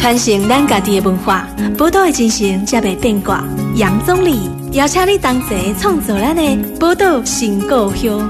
传承咱家己的文化，宝岛的精神才袂变卦。杨总理邀请你同齐创造咱的宝岛新故乡。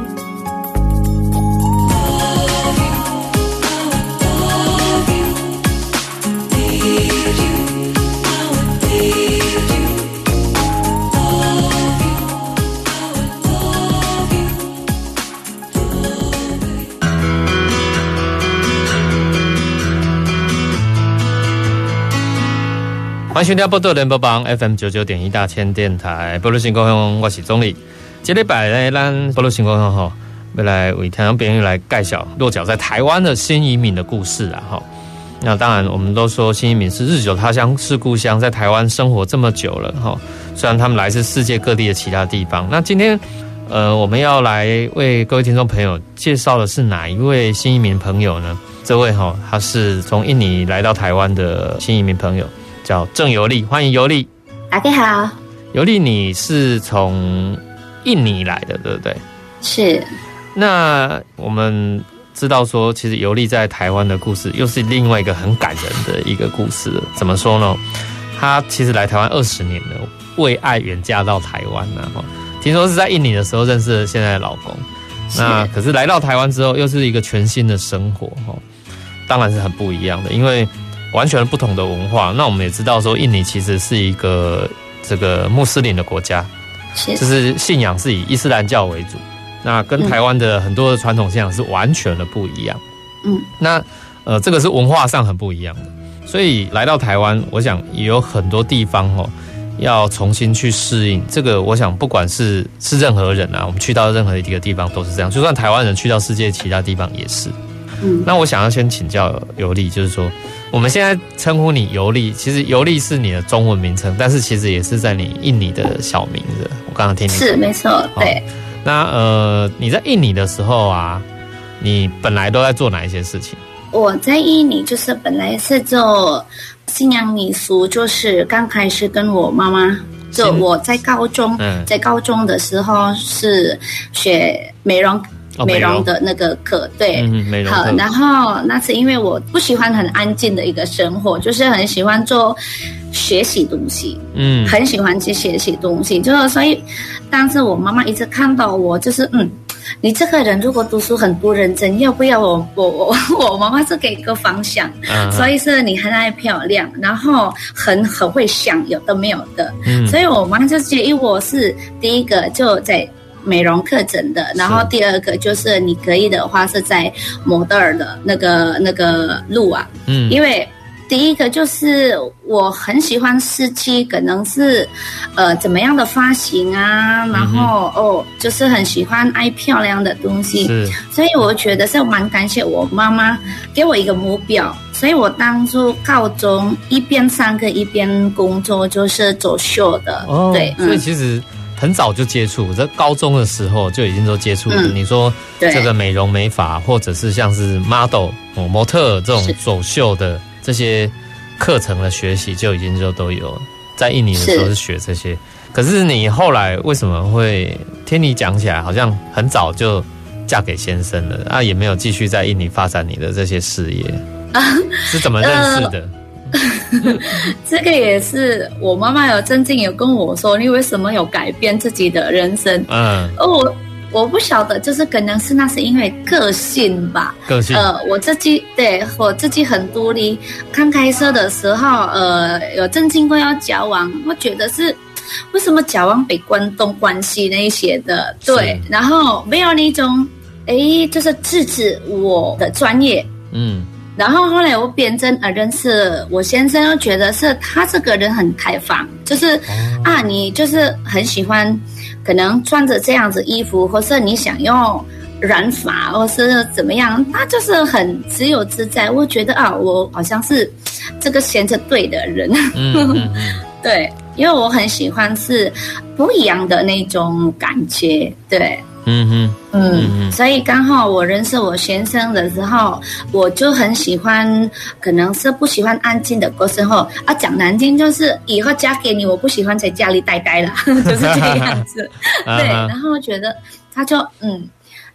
欢迎收听宝岛联播网 FM 99.1大千电台，宝岛新故乡，我是总理。这礼拜呢，咱宝岛新故乡吼，要来为听众朋友来介绍落脚在台湾的新移民的故事啊哈。那当然，我们都说新移民是日久他乡是故乡，在台湾生活这么久了哈。虽然他们来自世界各地的其他地方，那今天我们要来为各位听众朋友介绍的是哪一位新移民朋友呢？这位哈，他是从印尼来到台湾的新移民朋友。叫郑尤利，欢迎尤利。 大家好， 尤利，你是从印尼来的，对不对？ 是。那我们知道说，其实尤利在台湾的故事，又是另外一个很感人的一个故事。怎么说呢？他其实来台湾20年了，为爱远嫁到台湾了。听说是在印尼的时候认识了现在的老公。那可是来到台湾之后，又是一个全新的生活，当然是很不一样的，因为完全不同的文化。那我们也知道说，印尼其实是一个这个穆斯林的国家，就是信仰是以伊斯兰教为主。那跟台湾的很多的传统信仰是完全的不一样。那这个是文化上很不一样的。所以来到台湾，我想也有很多地方要重新去适应。这个我想不管是任何人啊，我们去到任何一个地方都是这样，就算台湾人去到世界其他地方也是。那我想要先请教尤利，就是说我们现在称呼你尤利，其实尤利是你的中文名称，但是其实也是在你印尼的小名字。我刚刚听你是没错，对。 那你在印尼的时候啊，你本来都在做哪一些事情？ 我在印尼就是本来是做新娘民俗，就是刚开始跟我妈妈，就我在高中，在高中的时候是学美容的那个课，对，美容课。好，然后那是因为我不喜欢很安静的一个生活，就是很喜欢做学习东西，很喜欢去学习东西，就是所以当时我妈妈一直看到我，就是你这个人如果读书很不认真，要不要我妈妈是给一个方向，所以是你很爱漂亮，然后很会想有的没有的，所以我妈就建议我是第一个就在美容课程的，然后第二个就是你可以的话是在模特儿的那个路啊，因为第一个就是我很喜欢试去可能是怎么样的发型啊，然后就是很喜欢爱漂亮的东西，所以我觉得是蛮感谢我妈妈给我一个目标，所以我当初高中一边上课一边工作，就是走秀的，对， 所以其实很早就接触，在高中的时候就已经都接触了。你说这个美容美发，或者是像是 model 模特这种走秀的这些课程的学习，就已经都有。在印尼的时候是学这些，可是你后来为什么会听你讲起来，好像很早就嫁给先生了啊？也没有继续在印尼发展你的这些事业，是怎么认识的？ 这个也是我妈妈真正有跟我说，你为什么有改变自己的人生？我不晓得，就是可能是那是因为个性吧。个性。我自己很独立。刚开始的时候，有正经过要交往，我觉得是为什么交往被关系那一些的，对，然后没有那种就是制止我的专业，然后后来我变成认识我先生，又觉得是他这个人很开放，就是你就是很喜欢可能穿着这样子衣服，或是你想用染发或是怎么样，他就是很自由自在。我觉得我好像是这个先生对的人，对，因为我很喜欢是不一样的那种感觉，对。所以刚好我认识我先生的时候，我就很喜欢，可能是不喜欢安静的过生活讲难听就是以后嫁给你，我不喜欢在家里呆呆了，就是这个样子。对，然后觉得他就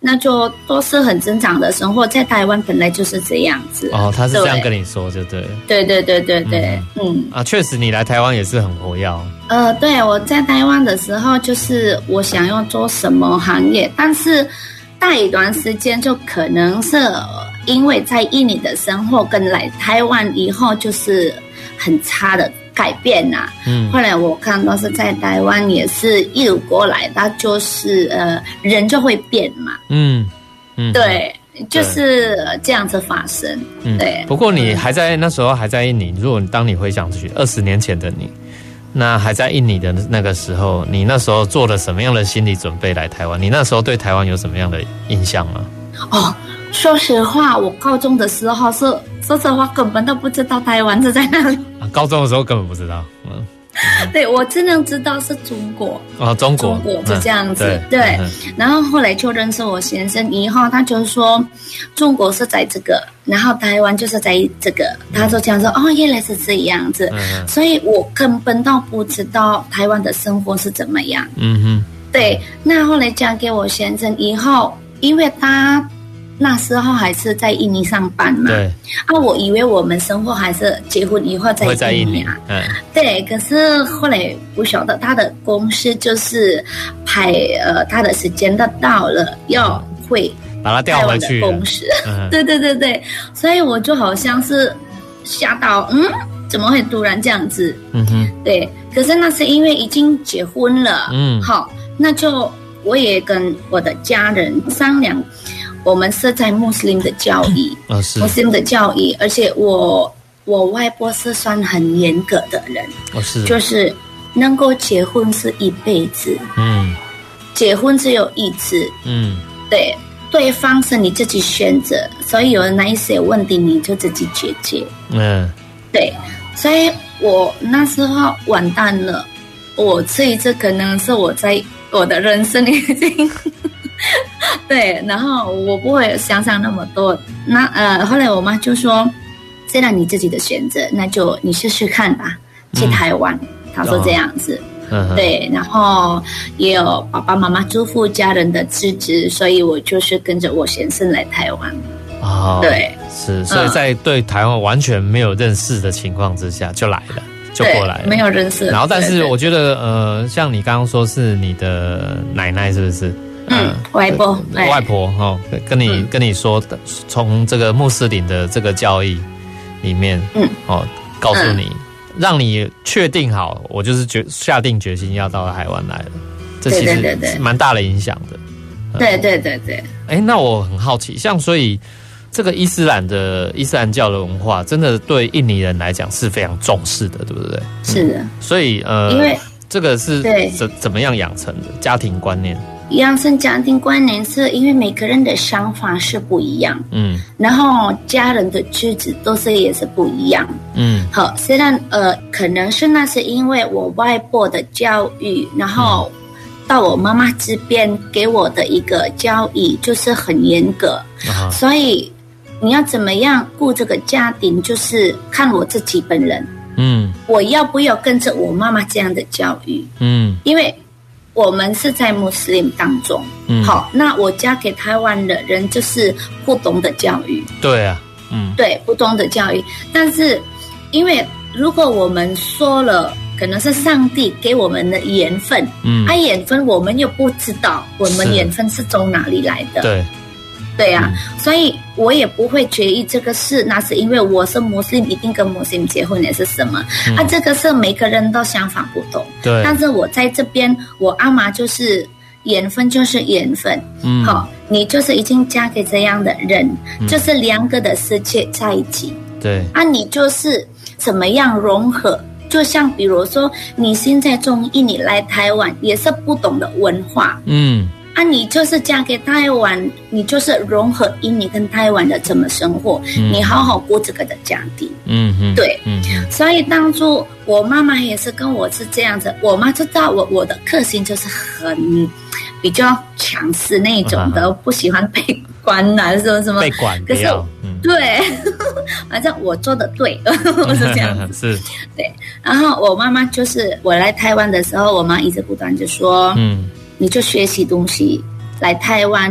那就都是很正常的生活，在台湾本来就是这样子。 哦，他是这样跟你说就对了。 对对对对对， 确实你来台湾也是很活跃。 对，我在台湾的时候，就是我想要做什么行业，但是大一段时间就可能是因为在印尼的生活跟来台湾以后就是很差的改变呐。后来我看到是在台湾也是一路过来，它就是人就会变嘛。对，就是这样子发生。对。 不过你还在那时候还在印尼，如果当你回想去20年前的你，那还在印尼的那个时候，你那时候做了什么样的心理准备来台湾？你那时候对台湾有什么样的印象吗？ 说实话，我高中的时候说实话根本都不知道台湾是在哪里。 高中的时候根本不知道。 对，我只能知道是中国。中国就这样子。对。然后后来就认识我先生以后，他就说中国是在这个，然后台湾就是在这个。他就这样说，原来是这样子。所以我根本都不知道台湾的生活是怎么样。对。那后来嫁给我先生以后，因为他那时候还是在印尼上班嘛，对我以为我们生活还是结婚以后在印尼啊，对，可是后来不晓得他的公司就是排他的时间到了要会把他调回去公司，对对对对，所以我就好像是吓到，怎么会突然这样子？对，可是那是因为已经结婚了，好，那就我也跟我的家人商量。我们是在穆斯林的教义，穆斯林的教义，而且我外婆是算很严格的人，就是能够结婚是一辈子，结婚只有一次，对，对方是你自己选择，所以有哪一些问题你就自己解决，对，所以我那时候完蛋了，我这一次可能是我在我的人生已经。对，然后我不会想那么多。那后来我妈就说，既然你自己的选择，那就你试试看吧，去台湾。她说这样子，对，然后也有爸爸妈妈祝福家人的支持，所以我就是跟着我先生来台湾。对， 是，所以在对台湾完全没有认识的情况之下就来了，就过来了， 没有认识。 然后，但是我觉得像你刚刚说是你的奶奶，是不是？ 外婆跟你说，从这个穆斯林的这个教义里面，告诉你，让你确定好，我就是下定决心要到台湾来了。这其实蛮大的影响的。 对对对对。 那我很好奇，所以这个伊斯兰教的文化，真的对印尼人来讲是非常重视的，对不对？ 是的。 所以因为这个是怎么样养成的家庭观念？ 养成家庭观念是因为每个人的想法是不一样，然后家人的举止也是不一样，好，虽然可能是那是因为我外婆的教育，然后到我妈妈这边给我的一个教育就是很严格，所以你要怎么样顾这个家庭，就是看我自己本人，我要不要跟着我妈妈这样的教育，因为。我们是在穆斯林当中，好，那我嫁给台湾的人就是不懂得教育， 对啊， 对，不懂得教育，但是因为如果我们说了，可能是上帝给我们的缘分，缘分我们又不知道，我们缘分是从哪里来的，对啊，所以我也不会决议这个事，那是因为我是穆斯林，一定跟穆斯林结婚也是什么，这个是每个人都想法不同，对，但是我在这边，我阿妈就是缘分就是缘分，好，你就是已经嫁给这样的人，就是两个的世界在一起，对，你就是怎么样融合，就像比如说你现在从印尼来台湾，也是不懂的文化，你就是嫁给台湾，你就是融合印尼跟台湾的怎么生活，你好好过这个的家庭，对，所以当初我妈妈也是跟我是这样子，我妈知道我的个性就是很比较强势那种的，不喜欢被管什么被管，可是对，反正我做的对，我是这样子，是，对。然后我妈妈就是我来台湾的时候，我妈一直不断就说，你就学习东西，来台湾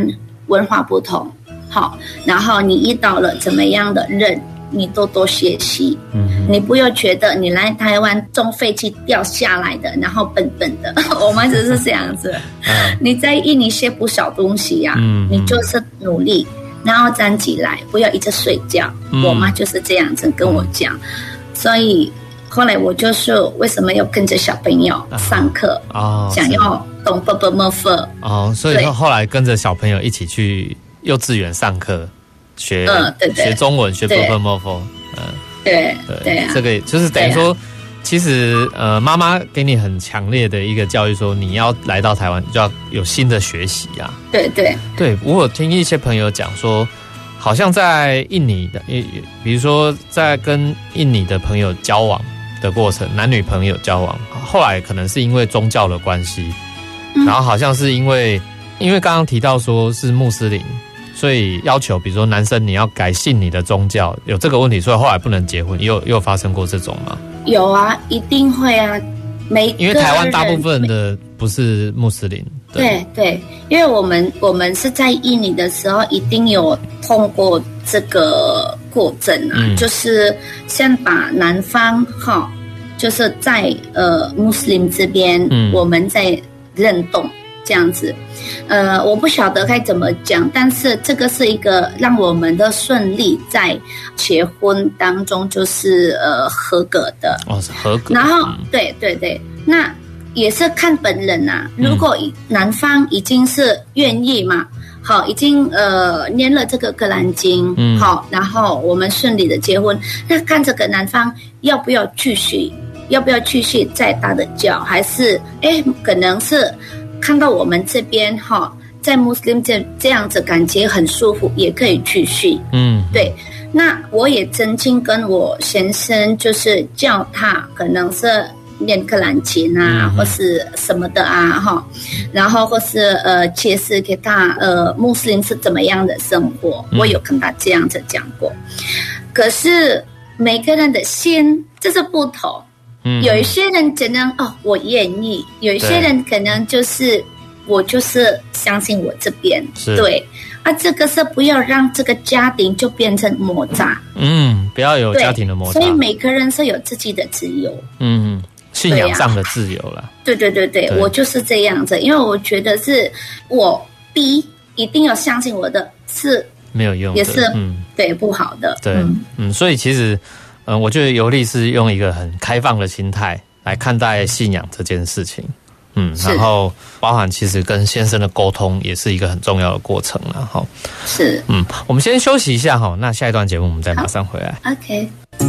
文化不同，好，然后你遇到了怎么样的人，你多多学习。你不要觉得你来台湾坐飞机掉下来的，然后笨笨的，我们只是这样子。你在印尼学不少东西呀，你就是努力，然后站起来，不要一直睡觉。我妈就是这样子跟我讲，所以后来我就是为什么要跟着小朋友上课，想要懂啵啵么啵所以后来跟着小朋友一起去幼稚园上课，学中文，学啵啵么啵。 对， 这个就是等于说，其实妈妈给你很强烈的一个教育，说你要来到台湾就要有新的学习啊。对，我有听一些朋友讲说，好像在印尼的，比如说在跟印尼的朋友交往的过程，男女朋友交往，后来可能是因为宗教的关系，然后好像是因为刚刚提到说是穆斯林。所以要求，比如说男生你要改信你的宗教，有这个问题，所以后来不能结婚，又发生过这种吗？ 有啊，一定会啊。 因为台湾大部分的不是穆斯林。 对，因为我们是在印尼的时候，一定有通过这个过程啊，就是先把男方就是在穆斯林这边，我们在认同。这样子，我不晓得该怎么讲，但是这个是一个让我们的顺利在结婚当中就是合格的。 是合格。 然后对，那也是看本人啊。如果男方已经是愿意嘛，好，已经念了这个可兰经，好，然后我们顺利的结婚，那看这个男方要不要继续再打的教，还是可能是。看到我们这边在穆斯林这样子感觉很舒服，也可以继续。对。那我也曾经跟我先生就是叫他，可能是念可兰经啊，或是什么的啊，然后或是解释给他穆斯林是怎么样的生活，我有跟他这样子讲过。可是每个人的心就是不同。有一些人可能我愿意，有一些人可能就是我就是相信我这边，对这个是不要让这个家庭就变成摩擦，不要有家庭的摩擦， 所以每个人是有自己的自由， 信仰上的自由啦。 对，我就是这样子，因为我觉得是我逼一定要相信我的是没有用的， 也是对不好的， 对，所以其实。我觉得尤利是用一个很开放的心态来看待信仰这件事情，然后包含其实跟先生的沟通也是一个很重要的过程了， 是， 我们先休息一下哈，那下一段节目我们再马上回来。 OK。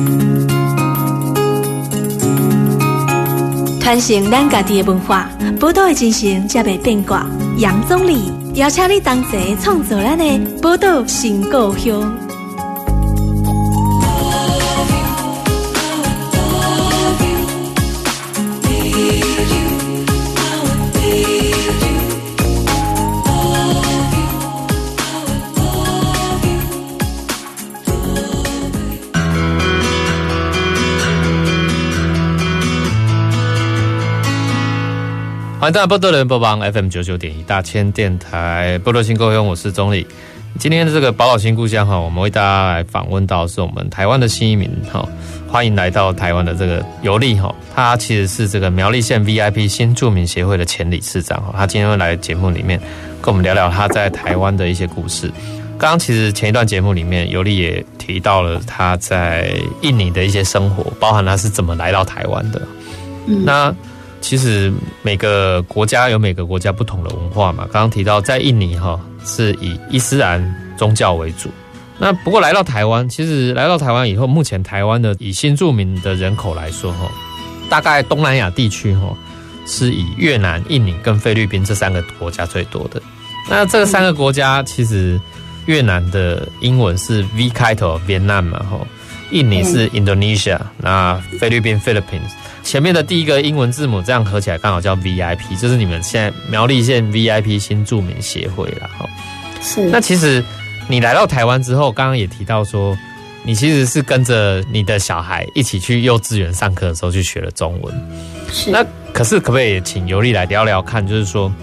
传承咱家己的文化，宝岛的精神才袂变卦。杨总理邀请你同齐创造咱的宝岛新故乡。 欢迎大家波多人播放 FM99.1大千电台波多新故乡，我是钟理。今天的这个宝岛新故乡我们为大家来访问到是我们台湾的新移民欢迎来到台湾的这个尤利他其实是这个苗栗县 VIP 新住民协会的前理事长他今天会来节目里面跟我们聊聊他在台湾的一些故事。刚刚其实前一段节目里面尤利也提到了他在印尼的一些生活，包含他是怎么来到台湾的。那其实每个国家有每个国家不同的文化嘛，刚刚提到在印尼是以伊斯兰宗教为主，那不过来到台湾，其实来到台湾以后，目前台湾的以新住民的人口来说大概东南亚地区是以越南、印尼跟菲律宾这3个国家最多的。那这3个国家其实越南的英文是 V 开头 Vietnam 嘛，印尼是 Indonesia， 那菲律宾 Philippines， 前面的第一个英文字母这样合起来刚好叫 VIP， 就是你们现在苗栗县 VIP 新住民协会啦。 是。那其实你来到台湾之后，刚刚也提到说你其实是跟着你的小孩一起去幼稚园上课的时候去学了中文。 是。 那可不可以请尤利来聊聊看，就是说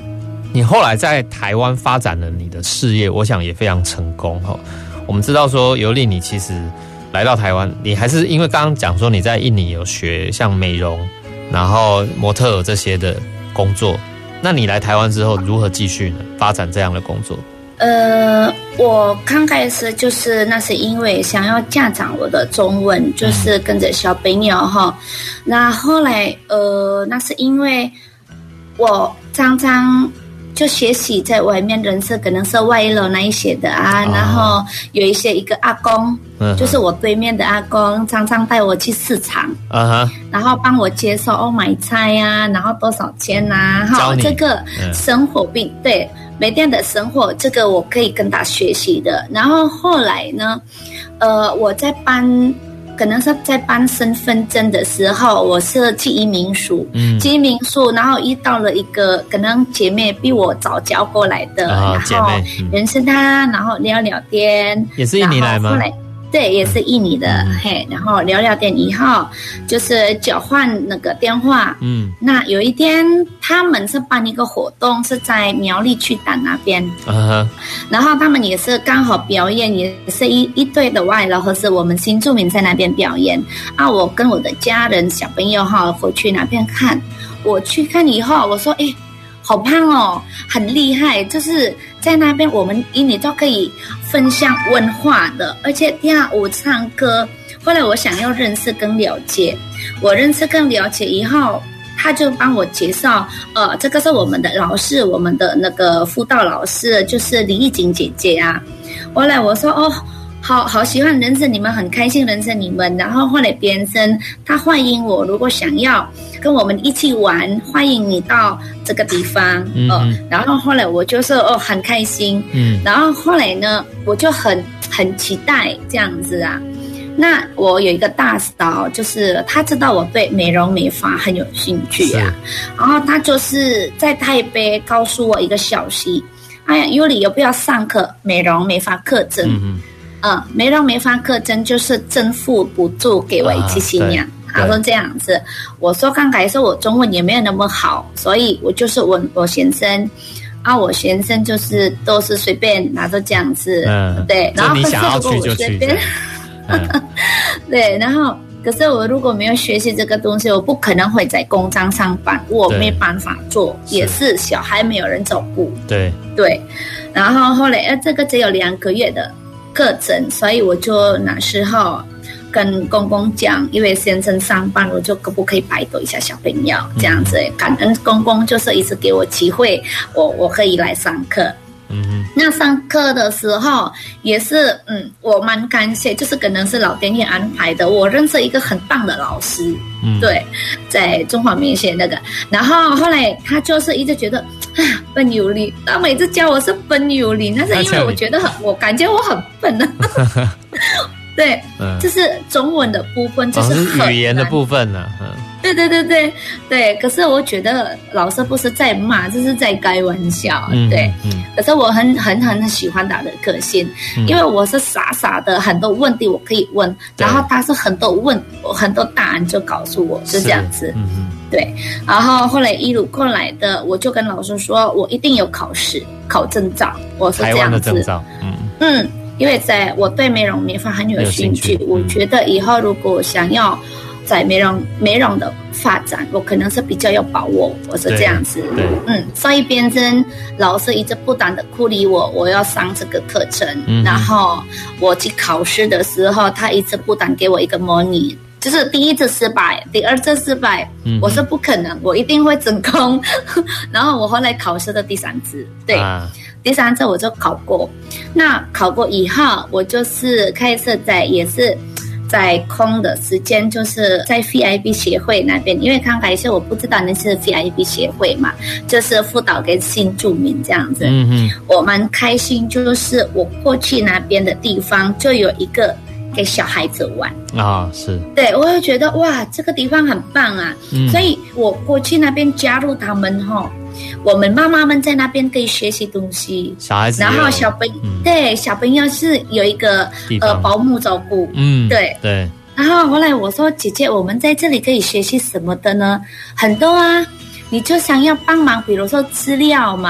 你后来在台湾发展了你的事业，我想也非常成功哈。我们知道说尤莉你其实来到台湾，你还是因为刚刚讲说你在印尼有学像美容，然后模特儿这些的工作，那你来台湾之后如何继续呢？发展这样的工作？ 我刚开始就是那是因为想要加强我的中文，就是跟着小朋友哈。那后来那是因为我常常就学习在外面认识可能是外劳那一些的啊，然后有一个阿公，就是我对面的阿公，常常带我去市场，然后帮我介绍买菜啊，然后多少钱啊，哈，这个生活病对。每天的生活，这个我可以跟他学习的。然后后来呢，我在可能是在办身份证的时候，我是去移民署，然后遇到了一个可能姐妹比我早交过来的，然后认识她，然后聊聊天， 也是印尼来吗？ 对，也是印尼的，嘿，然后聊聊天以后，就是交换那个电话。那有一天他们是办一个活动，是在苗栗去丹那边，然后他们也是刚好表演，也是一对的外劳和是我们新住民在那边表演啊。我跟我的家人小朋友回去那边看，我去看以后，我说好棒哦，很厉害，就是在那边我们印尼都可以分享文化的，而且跳舞唱歌。后来我想要认识更了解，我认识更了解以后，他就帮我介绍，这个是我们的老师，我们的那个辅导老师，就是李义锦姐姐啊。后来我说好喜欢认识你们，很开心认识你们。然后后来变成他欢迎我，如果想要跟我们一起玩，欢迎你到这个地方。然后后来我就说很开心。然后后来呢，我就很期待这样子啊。那我有一个大嫂，就是他知道我对美容美发很有兴趣啊，然后他就是在台北告诉我一个消息，尤莉要不要上课美容美发课程？美容美发课程就是政府补助给我一起新娘。他说这样子，我说刚开始我中文也没有那么好，所以我就是问我先生。我先生就是都是随便拿着这样子，对，然后可是如果我随便，对，然后可是我如果没有学习这个东西，我不可能会在工厂上班，我没办法做，也是小孩没有人照顾，对，然后后来这个只有2个月的课程，所以我就那时候跟公公讲，因为先生上班，我就可不可以拜托一下小朋友这样子，感恩公公就是一直给我机会，我可以来上课。那上课的时候也是我蛮感谢，就是可能是老天爷安排的，我认识一个很棒的老师，对，在中华民学那个，然后后来他就是一直觉得笨有理，他每次教我是笨有理，那是因为我觉得我感觉我很笨啊对，就是中文的部分，就是语言的部分呢。 对，可是我觉得老师不是在骂，这是在开玩笑，对。可是我很喜欢他的个性，因为我是傻傻的，很多问题我可以问，然后他是很多答案就告诉我，是这样子。对，然后后来一路过来的，我就跟老师说，我一定有考试考证照，我是这样子。台湾的证照，因为我对美容美发很有兴趣，我觉得以后如果想要在美容的发展，我可能是比较有把握，我是这样子。所以变成老师一直不断的鼓励我要上这个课程，然后我去考试的时候，他一直不断给我一个模拟。就是第一次失败，第二次失败，我说不可能，我一定会成功。然后我后来考试的第3次，对，第3次我就考过。那考过以后，我就是开始也是在空的时间，就是在 VIP 协会那边，因为刚开始我不知道那是 VIP 协会嘛，就是辅导给新住民这样子。我蛮开心，就是我过去那边的地方就有一个给小孩子玩是，对，我会觉得哇，这个地方很棒啊，所以我过去那边加入他们我们妈妈们在那边可以学习东西，小孩子，然后对小朋友是有一个保姆照顾，对。然后后来我说姐姐，我们在这里可以学习什么的呢？很多啊，你就想要帮忙，比如说资料嘛，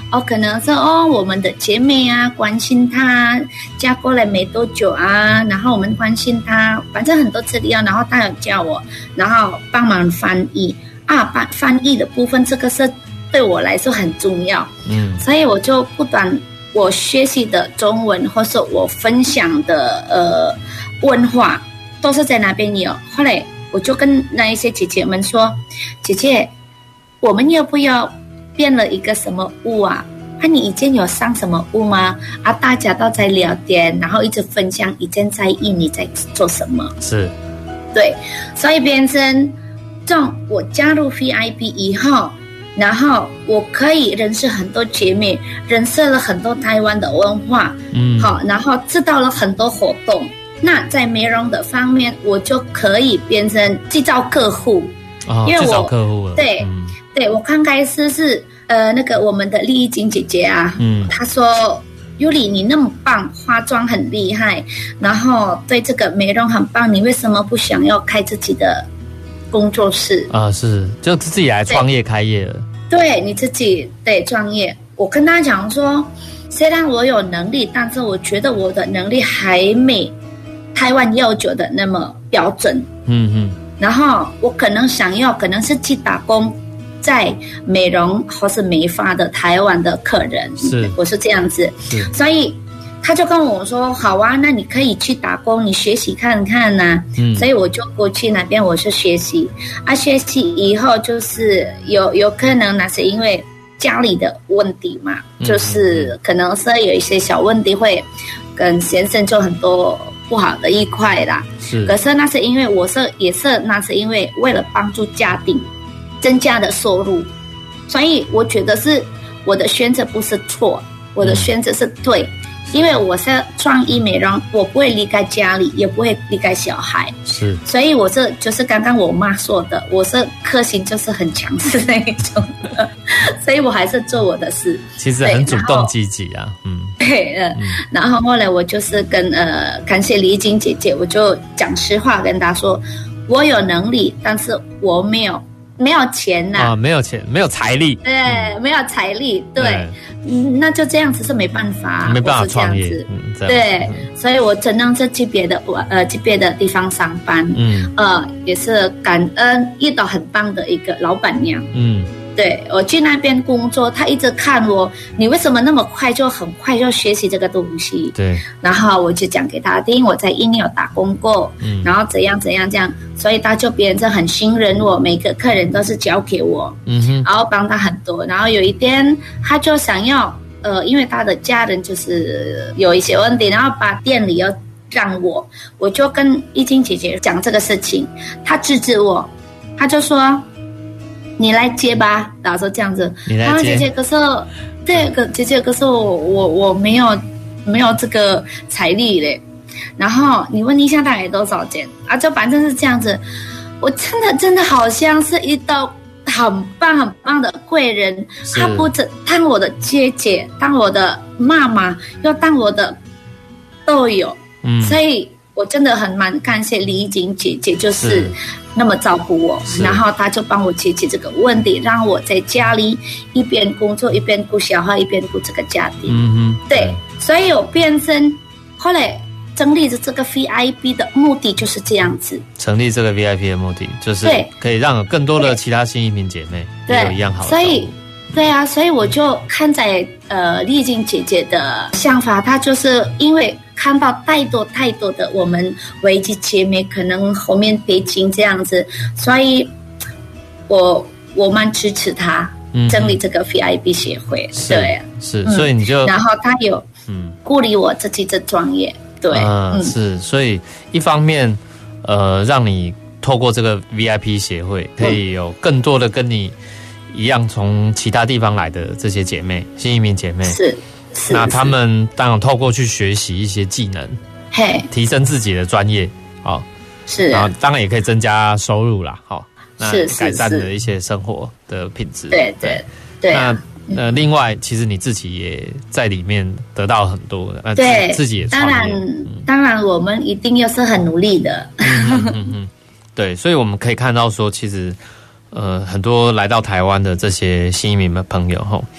可能是我们的姐妹啊，关心她嫁过来没多久啊，然后我们关心她，反正很多资料，然后她有叫我，然后帮忙翻译翻译的部分，这个是对我来说很重要，所以我就不断我学习的中文或是我分享的文化都是在那边有。后来我就跟那一些姐姐们说，姐姐，我们要不要变了一个什么屋啊？你以前有上什么屋吗？大家都在聊天，然后一直分享以前在印尼在做什么。 是， 对，所以变成这种我加入 VIP 以后，然后我可以认识很多姐妹，认识了很多台湾的文化，好，然后知道了很多活动。那在美容的方面，我就可以变成制造客户，因为我制造客户了。对，对我刚开始是那个我们的丽丽晶姐姐啊，她说尤里你那么棒，化妆很厉害，然后对这个美容很棒，你为什么不想要开自己的工作室啊？ 是，就自己来创业开业了。 对，你自己对创业。我跟她讲说，虽然我有能力，但是我觉得我的能力还没台湾要求的那么标准。然后我可能是去打工在美容或是美发的台湾的客人，我是这样子，所以他就跟我说好啊，那你可以去打工，你学习看看啊。所以我就过去那边，我是学习学习以后就是有可能那是因为家里的问题嘛，就是可能是有一些小问题会跟先生就很多不好的一块啦。可是那是因为那是因为为了帮助家庭增加的收入，所以我觉得是我的选择不是错，我的选择是对，因为我是创意美容，我不会离开家里，也不会离开小孩，所以我是就是刚刚我妈说的，我是个性就是很强势那一种的，所以我还是做我的事， 其实很主动积极啊。 对，然后后来我就是跟感谢丽晶姐姐，我就讲实话跟她说，我有能力，但是我没有钱呐， 没有钱，没有财力， 对，没有财力，对，那就这样子是没办法， 没办法创业， 对，所以我只能在级别的地方上班，也是感恩遇到很棒的一个老板娘，对，我去那边工作，他一直看我，你为什么那么快就很快就学习这个东西？对，然后我就讲给他听，我在印尼有打工过，然后怎样这样，所以他就变成很信任我，每个客人都是交给我，然后帮他很多。然后有一天他就想要，因为他的家人就是有一些问题，然后把店里要让我就跟丽晶姐姐讲这个事情，他制止我，他就说，你来接吧，然后说这样子。然后姐姐，可是这个姐姐，可是我没有这个财力嘞。然后你问一下大概多少钱啊？就反正是这样子。我真的好像是一道很棒的贵人，她不止当我的姐姐，当我的妈妈，又当我的队友。所以我真的蛮感谢丽晶姐姐，就是那么照顾我，然后她就帮我解决这个问题，让我在家里一边工作一边顾小孩，一边顾这个家庭。对，所以我变成后来成立这个 VIP 的目的就是这样子。成立这个 VIP 的目的就是可以让有更多的其他新移民姐妹也有一样好的。所以对啊，所以我就看在丽晶姐姐的想法，她就是因为看到太多的我们危机姐妹可能后面北京这样子，所以我蛮支持她成立这个 VIP 协会。对，是，所以你就然后她有鼓励我自己的专业。对，是，所以一方面让你透过这个 VIP 协会可以有更多的跟你一样从其他地方来的这些姐妹，新移民姐妹，是那他们当然透过去学习一些技能，提升自己的专业，是，然后当然也可以增加收入啦，那改善的一些生活的品质，对。那另外，其实你自己也在里面得到很多的，对，自己也创业，当然我们一定要是很努力的，对，所以我们可以看到说，其实很多来到台湾的这些新移民的朋友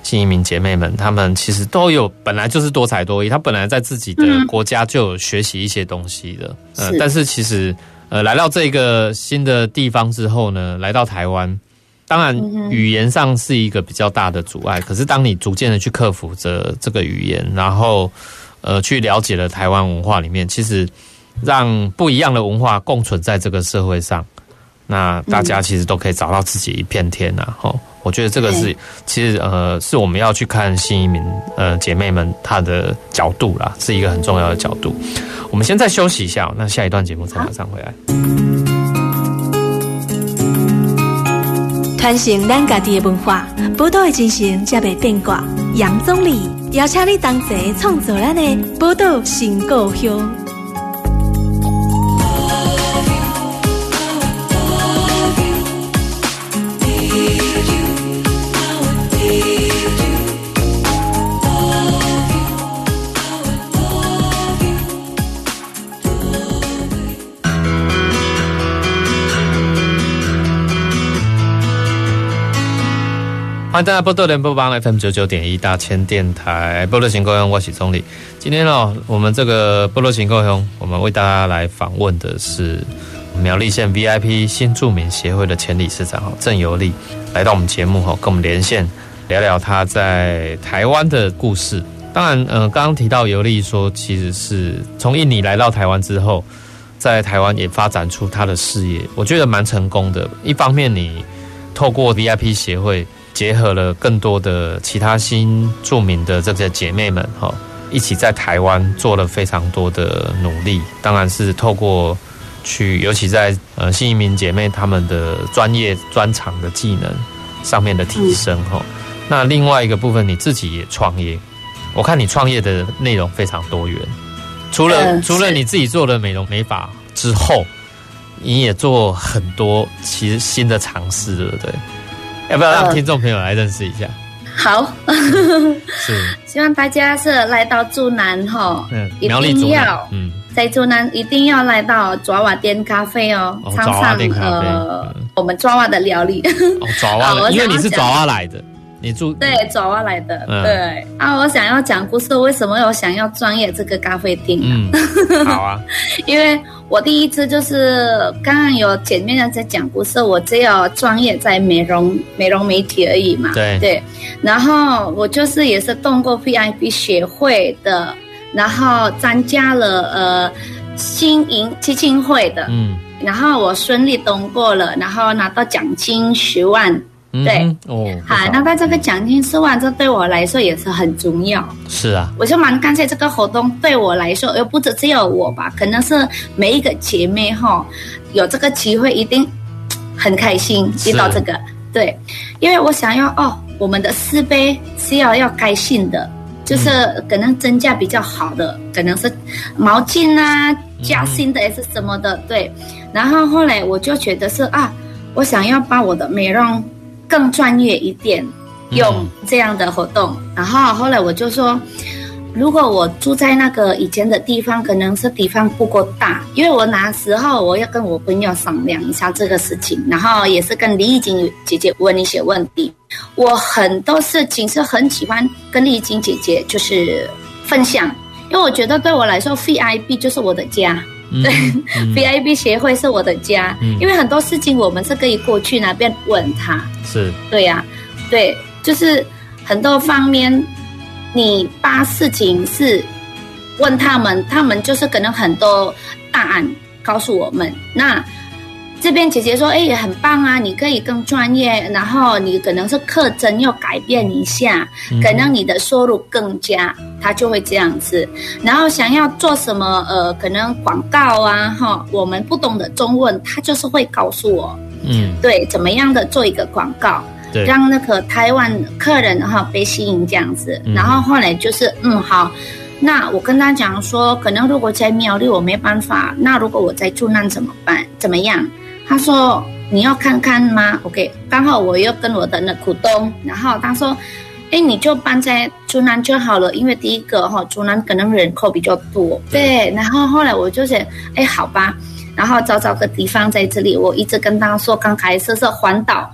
新移民姐妹们，她们其实都有本来就是多才多艺，她本来在自己的国家就有学习一些东西的，但是其实来到这个新的地方之后呢，来到台湾，当然语言上是一个比较大的阻碍，可是当你逐渐的去克服着这个语言，然后去了解了台湾文化里面，其实让不一样的文化共存在这个社会上，那大家其实都可以找到自己一片天啊！我觉得这个是其实是我们要去看新移民姐妹们她的角度啦，是一个很重要的角度。我们先再休息一下，那下一段节目再马上回来。 传承咱家己的文化，宝岛的精神才袂变卦。杨总理邀请你同齐创造咱的宝岛新故乡。 欢迎大家波多联播帮 FM99.1 大千电台波多行故乡，我是总理。今天我们这个波多行故乡，我们为大家来访问的是苗栗县 VIP 新住民协会的前理事长郑尤利，来到我们节目跟我们连线聊聊他在台湾的故事。当然刚刚提到尤利说，其实是从印尼来到台湾之后，在台湾也发展出他的事业，我觉得蛮成功的。一方面你透过 VIP 协会结合了更多的其他新住民的这些姐妹们一起在台湾做了非常多的努力，当然是透过尤其在新移民姐妹她们的专业专长的技能上面的提升那另外一个部分，你自己也创业，我看你创业的内容非常多元，除了你自己做的美容美发之后，你也做很多其实新的尝试，对不对？要不要让听众朋友来认识一下？ 好， 是希望大家是来到竹南一定要在竹南一定要来到爪哇店咖啡尝尝我们爪哇的料理。 爪哇，因为你是爪哇来的，你住对爪哇来的，对我想要讲故事，为什么我想要创业这个咖啡厅好啊， 因为我第一次就是刚刚有前面在讲故事，我只有专业在美容媒体而已嘛，对，然后我就是也是通过 VIP 协会的，然后参加了新营基金会的，然后我顺利通过了，然后拿到奖金10万。对好，那到这个奖金10万，这对我来说也是很重要。是啊，我就蛮感谢这个活动，对我来说，又不只有我吧，可能是每一个姐妹有这个机会，一定很开心遇到这个。对，因为我想要我们的四杯是要改性的，就是可能增加比较好的，可能是毛巾啊，加新的还是什么的。对，然后后来我就觉得是我想要把我的美容更专业一点，用这样的活动。然后后来我就说，如果我住在那个以前的地方，可能是地方不够大，因为我那时候我要跟我朋友商量一下这个事情，然后也是跟李怡晶姐姐问一些问题。我很多事情是很喜欢跟李怡晶姐姐就是分享，因为我觉得对我来说 VIP 就是我的家。对VIP 协会是我的家，因为很多事情我们是可以过去那边问他，是对呀，对，就是很多方面你把事情是问他们就是可能很多答案告诉我们。那这边姐姐说也很棒啊，你可以更专业，然后你可能是课程要改变一下，可能你的收入更加，他就会这样子。然后想要做什么可能广告啊我们不懂的中文，他就是会告诉我对，怎么样的做一个广告，让那个台湾客人被吸引这样子。然后后来就是好，那我跟他讲说，可能如果在苗栗我没办法，那如果我在竹南怎么办？怎么样？他说你要看看吗 ？OK， 刚好我又跟我的那股东，然后他说，你就搬在竹南就好了，因为第一个竹南可能人口比较多，对。然后后来我就想，好吧，然后找个地方在这里，我一直跟他说，刚开始是环岛，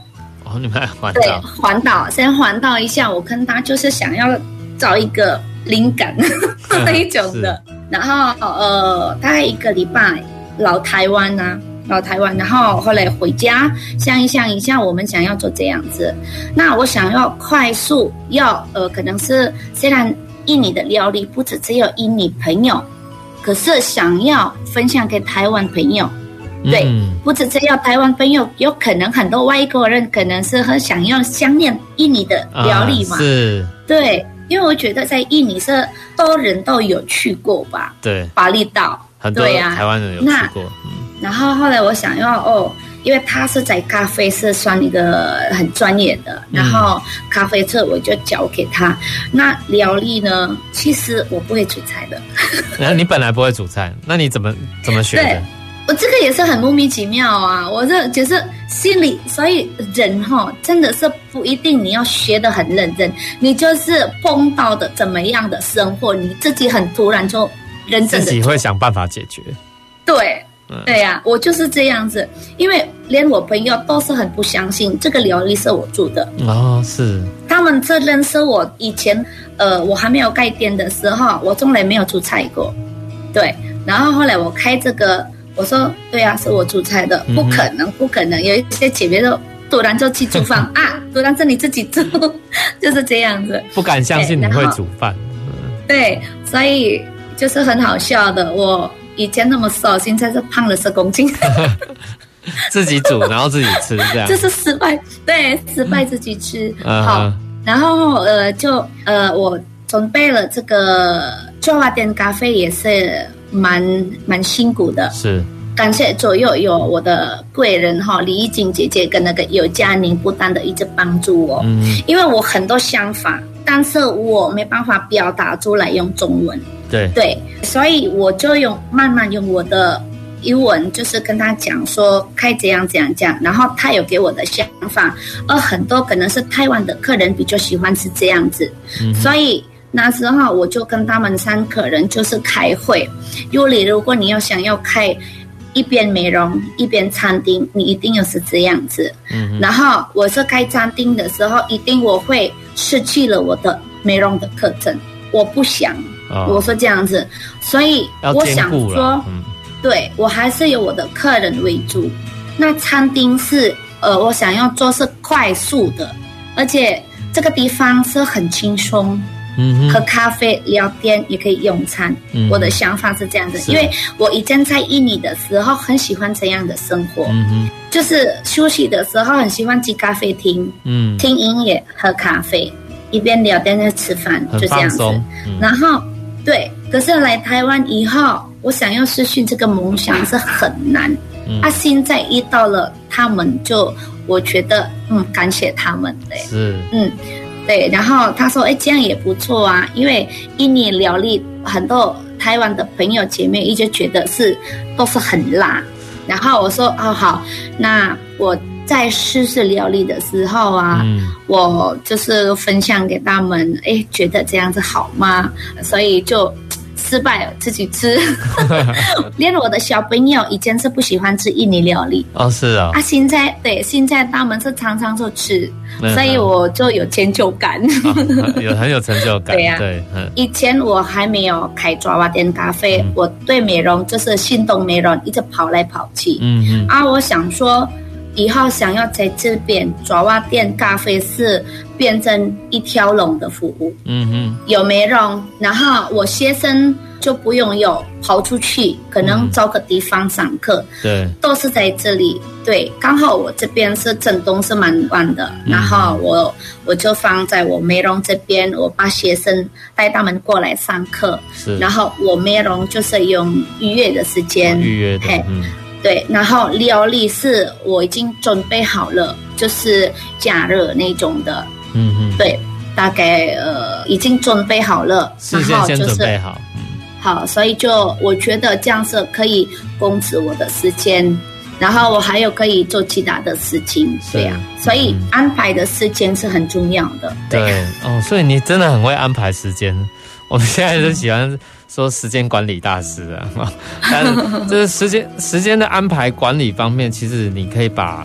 哦，你们还环对， 岛？ 环岛，先环岛一下。我跟他就是想要找一个灵感那一种的。然后大概1个礼拜老台湾，然后后来回家想一下，我们想要做这样子。那我想要快速可能是虽然印尼的料理不只有印尼朋友，可是想要分享给台湾朋友。对，不只有台湾朋友，有可能很多外国人可能是很想要想念印尼的料理嘛。 是， 对，因为我觉得在印尼是多人都有去过吧。 对， 巴厘岛， 很多台湾人有去过。 然后后来我想要因为他是在咖啡是算一个很专业的，然后咖啡课我就教给他。那料理呢，其实我不会煮菜的。 然后你本来不会煮菜，那你怎么学的？ 对，我这个也是很莫名其妙啊！我这就是心里，所以人真的是不一定你要学得很认真，你就是碰到的怎么样的生活，你自己很突然就认真的自己会想办法解决。 对。对呀，我就是这样子，因为连我朋友都是很不相信这个料理是我做的哦，是他们这认识我以前，我还没有开店的时候，我从来没有煮菜过，对，然后后来我开这个，我说对啊，是我煮菜的，不可能，有一些姐妹都突然就去厨房啊，突然是你自己做，就是这样子， 不敢相信你会煮饭， 对，所以就是很好笑的我。以前那么瘦，现在是胖了10公斤。 自己煮，然后自己吃，这样。 这是失败，对，失败自己吃。好，然后我准备了这个中华店咖啡也是蛮辛苦的。 是。 感谢左右有我的贵人李怡静姐姐跟那个尤佳宁不断的一直帮助我。因为我很多想法，但是我没办法表达出来用中文。对，所以我就慢慢用我的英文，就是跟他讲说该这样，然后他有给我的想法，而很多可能是台湾的客人比较喜欢是这样子，所以那时候我就跟他们3个人就是开会，如果你要想要开一边美容一边餐厅，你一定要是这样子。然后我是开餐厅的时候，一定我会失去了我的美容的课程，我不想。我说这样子，所以我想说，对，我还是有我的客人为主。那餐厅是我想要做是快速的，而且这个地方是很轻松，喝咖啡聊天也可以用餐。我的想法是这样子，因为我以前在印尼的时候很喜欢这样的生活，就是休息的时候很喜欢去咖啡厅，听音乐喝咖啡，一边聊天在吃饭，就这样子。然后对，可是来台湾以后，我想要实现这个梦想是很难。现在遇到了他们，我觉得感谢他们的。是对，然后他说这样也不错啊，因为印尼料理很多台湾的朋友姐妹一直觉得都是很辣，然后我说好，那我在试料理的时候啊，我就是分享给他们，觉得这样子好吗？所以就失败了，自己吃。连我的小朋友以前是不喜欢吃印尼料理是啊， 现在他们是常常就吃，所以我就有成就感， 很有成就感。对呀，对。 以前我还没有开爪哇店咖啡，我对美容就是心动美容，一直跑来跑去。我想说，以后想要在这边爪哇店咖啡是变成一条龙的服务，有美容，然后我学生就不用跑出去，可能找个地方上课，对，都是在这里。对，刚好我这边是震动是蛮晚的，然后我就放在我美容这边，我把学生带他们过来上课，然后我美容就是用预约的时间，预约的，对，然后料理是我已经准备好了，就是加热那种的，对，大概已经准备好了， 事先先准备好， 好，所以我觉得这样是可以控制我的时间，然后我还有可以做其他的事情，对呀，所以安排的时间是很重要的， 对所以你真的很会安排时间。我们现在就喜欢说时间管理大师啊，但是就是时间的安排管理方面，其实你可以把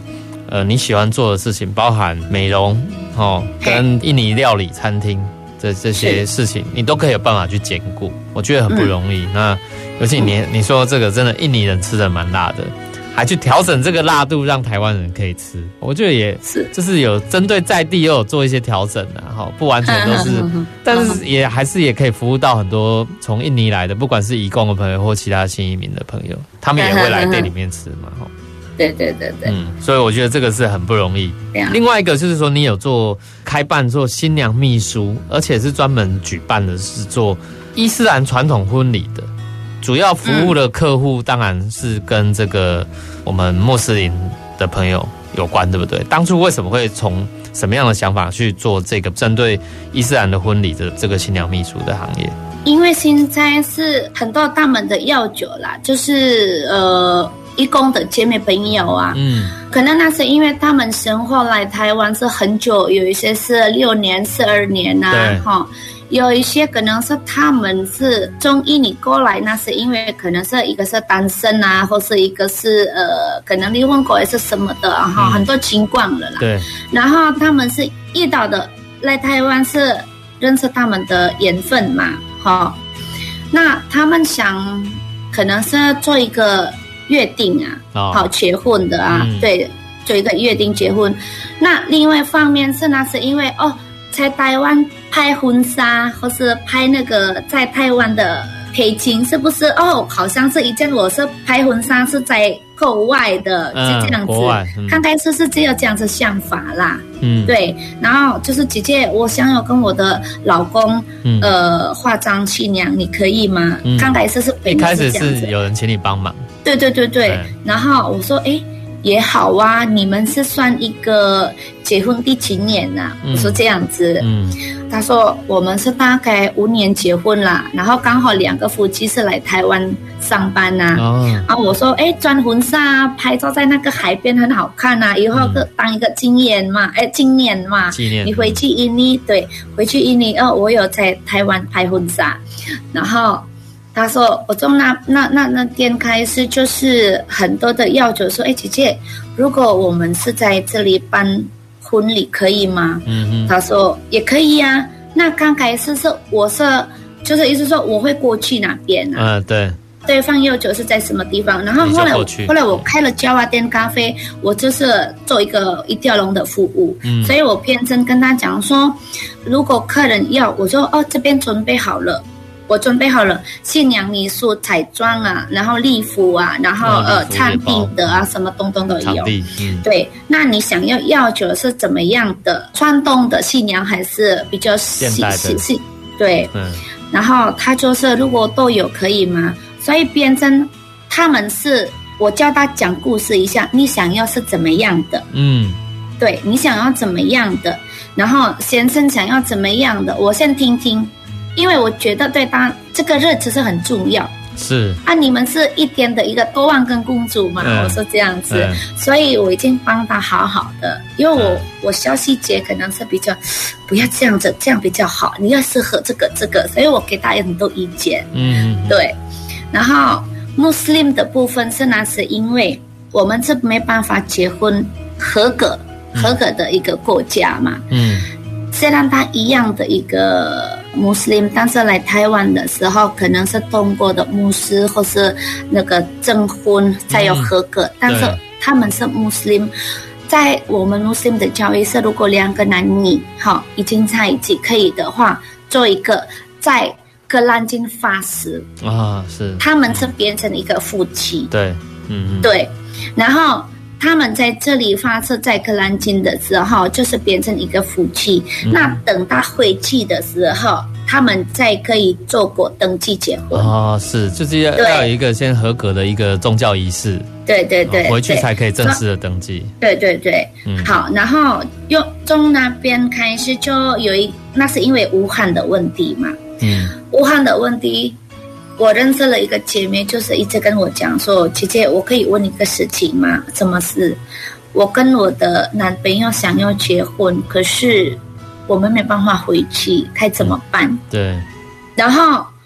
你喜欢做的事情，包含美容跟印尼料理餐厅这些事情，你都可以有办法去兼顾，我觉得很不容易。那尤其你说这个真的印尼人吃的蛮辣的，还去调整这个辣度让台湾人可以吃，我觉得也是就是有针对在地又有做一些调整啊，不完全都是但是也可以服务到很多从印尼来的，不管是移工的朋友或其他新移民的朋友，他们也会来店里面吃嘛。 对， 所以我觉得这个是很不容易。另外一个就是说，你有开办做新娘秘书，而且是专门举办的是做伊斯兰传统婚礼的，主要服务的客户当然是跟这个我们穆斯林的朋友有关，对不对？当初为什么会从什么样的想法去做这个针对伊斯兰的婚礼的这个新娘秘书的行业？ 因为现在是很多他们的要求啦，就是义工的姐妹朋友啊，可能那是因为他们生活来台湾是很久，有一些是6年、12年啊，有一些可能是他们是从印尼过来，那是因为可能是一个是单身啊，或是一个是可能离婚过还是什么的啊，很多情况了啦。对，然后他们是遇到的来台湾是认识他们的缘分嘛，那他们想可能是做一个约定啊，结婚的啊，对，做一个约定结婚。那另外一方面是那是因为在台湾拍婚纱，或是拍那个在台湾的配景，是不是好像是一件我是拍婚纱是在国外的，是这样子。刚开始是只有这样子想法啦，对。然后就是姐姐，我想要跟我的老公化妆新娘，你可以吗？刚开始是一开始是有人请你帮忙。 对，然后我说也好啊，你们是算一个结婚第几年啊？我说这样子，他说我们是大概5年结婚啦，然后刚好2个夫妻是来台湾上班啊，然后我说穿婚纱拍照在那个海边很好看啊，以后当一个纪念嘛，你回去印尼，对，回去印尼我有在台湾拍婚纱，然后他说我从那天开始就是很多的要求说姐姐，如果我们是在这里办婚礼可以吗？他说也可以啊。那刚开始是我是就是意思说我会过去那边啊，对方要求是在什么地方，然后后来我开了焦娃店咖啡，我就是做一条龙的服务，所以我变成跟他讲说，如果客人要，我说这边准备好了。我准备好了新娘秘书彩妆啊，然后礼服啊，然后餐厅的啊，什么东东都有。对，那你想要求是怎么样的？传统的新娘还是比较现代的？对，然后他就是如果都有可以吗？所以变成他们是我教他讲故事一下，你想要是怎么样的？对，你想要怎么样的？然后先生想要怎么样的？我先听听。因为我觉得对他这个日子是很重要，是啊，你们是一天的一个多万根公主嘛，我说这样子，所以我已经帮他好好的，因为我小细节可能是比较不要这样子，这样比较好，你要适合这个，所以我给他很多意见，对，然后穆斯林的部分是那是因为我们是没办法结婚合格的一个国家嘛，虽然他一样的一个穆斯林，但是来台湾的时候可能是通过的牧师或是那个证婚才有合格，但是他们是穆斯林，在我们穆斯林的教育是，如果2个男女已经在一起可以的话，做一个在格兰金发誓是他们是变成一个夫妻，对，然后他们在这里发射在格兰金的时候，就是变成一个夫妻。那等他回去的时候，他们再可以做过登记结婚。 是，就是要有一个先合格的一个宗教仪式。对，回去才可以正式的登记。 对，好，然后从那边开始就那是因为武汉的问题嘛。武汉的问题。我认识了一个姐妹，就是一直跟我讲说，姐姐，我可以问你个事情吗？什么事？我跟我的男朋友想要结婚，可是我们没办法回去，该怎么办？对。然后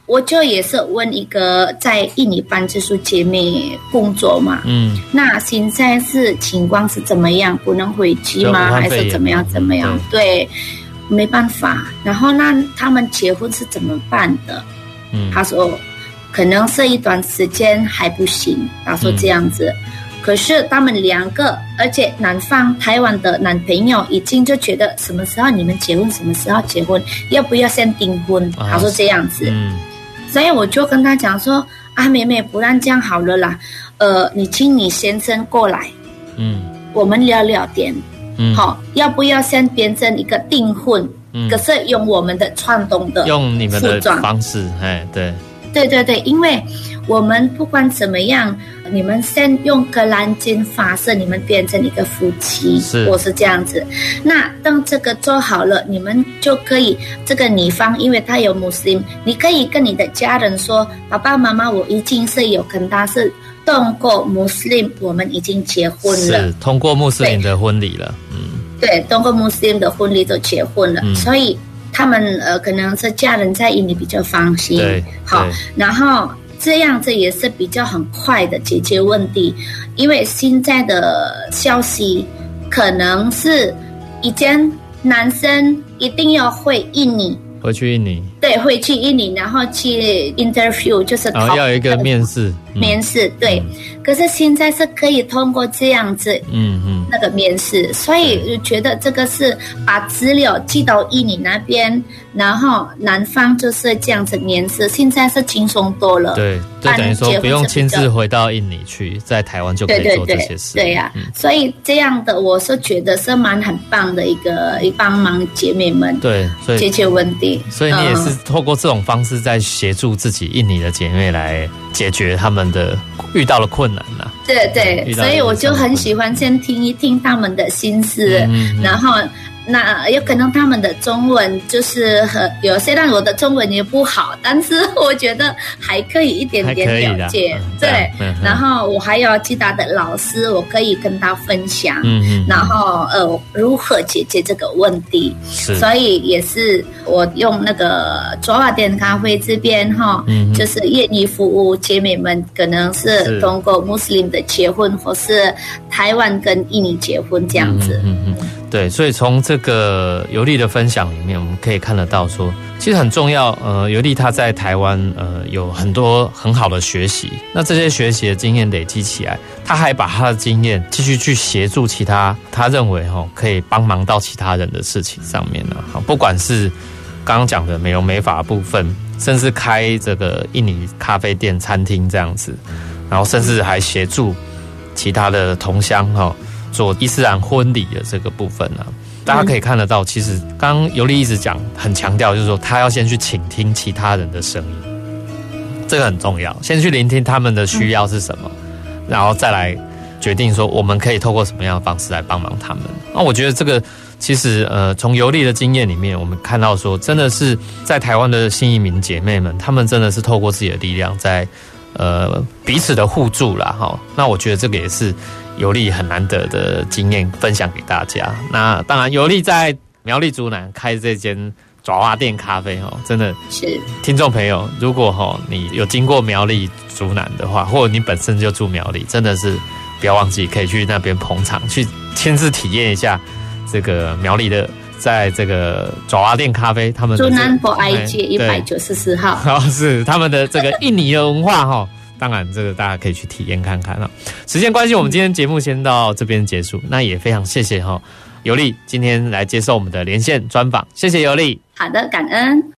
我就也是问一个在印尼班智树姐妹工作嘛，那现在是情况是怎么样？不能回去吗？还是怎么样？对，没办法。然后那他们结婚是怎么办的？他说可能是一段时间还不行，他说这样子。可是他们2个，而且男方台湾的男朋友已经就觉得什么时候你们结婚，什么时候结婚，要不要先订婚？他说这样子。所以我就跟他讲说妹妹，不然这样好了啦，你请你先生过来，我们聊聊天，好，要不要先变成一个订婚？可是用我们的传统的用你们的方式， 对，因为我们不管怎么样，你们先用格兰金发色，你们变成一个夫妻，我是这样子。那当这个做好了，你们就可以这个女方，因为她有穆斯林，你可以跟你的家人说，爸爸妈妈，我已经是有跟他是通过穆斯林，我们已经结婚了， 是通过穆斯林的婚礼了， 对，通过穆斯林的婚礼都结婚了，所以他们可能是家人在印尼比较放心， 对， 好，然后这样子也是比较很快的解决问题，因为现在的消息可能是以前男生一定要会印尼， 回去印尼， 对，回去印尼，然后去 interview， 就是要有一个面试， 对。可是现在是可以通过这样子，那个面试，所以觉得这个是把资料寄到印尼那边，然后男方就是这样子面试，现在是轻松多了。 对，就等于说不用亲自回到印尼去，在台湾就可以做这些事。 对呀，所以这样的我是觉得是很棒的一个帮忙姐妹们， 对，所以解决问题。 所以你也是透过这种方式在协助自己印尼的姐妹来解决他们的遇到的困难啦。 对，所以我就很喜欢先听一听他们的心思，然后那有可能他们的中文就是有些让我的中文也不好，但是我觉得还可以一点点了解，对。然后我还有其他的老师，我可以跟他分享，然后如何解决这个问题。所以也是我用那个卓瓦店咖啡这边就是愿意服务姐妹们，可能是通过穆斯林的结婚，或是台湾跟印尼结婚这样子。 对，所以从这个尤利的分享里面，我们可以看得到说，其实很重要。尤利他在台湾有很多很好的学习，那这些学习的经验累积起来，他还把他的经验继续去协助其他他认为可以帮忙到其他人的事情上面呢。不管是刚刚讲的美容美发部分，甚至开这个印尼咖啡店、餐厅这样子，然后甚至还协助其他的同乡做伊斯兰婚礼的这个部分呢，大家可以看得到，其实刚刚尤利一直讲，很强调就是说，他要先去倾听其他人的声音，这个很重要，先去聆听他们的需要是什么，然后再来决定说我们可以透过什么样的方式来帮忙他们。那我觉得这个其实从尤利的经验里面，我们看到说，真的是在台湾的新移民姐妹们，她们真的是透过自己的力量在彼此的互助啦那我觉得这个也是尤利很难得的经验分享给大家。那当然尤利在苗栗竹南开这间爪哇店咖啡真的是听众朋友，如果你有经过苗栗竹南的话，或者你本身就住苗栗，真的是不要忘记可以去那边捧场，去亲自体验一下这个苗栗的在这个爪哇店咖啡，他们竹南博爱街194号是他们的这个印尼的文化当然这个大家可以去体验看看时间关系，我们今天节目先到这边结束，那也非常谢谢尤利今天来接受我们的连线专访，谢谢尤利。 好的，感恩。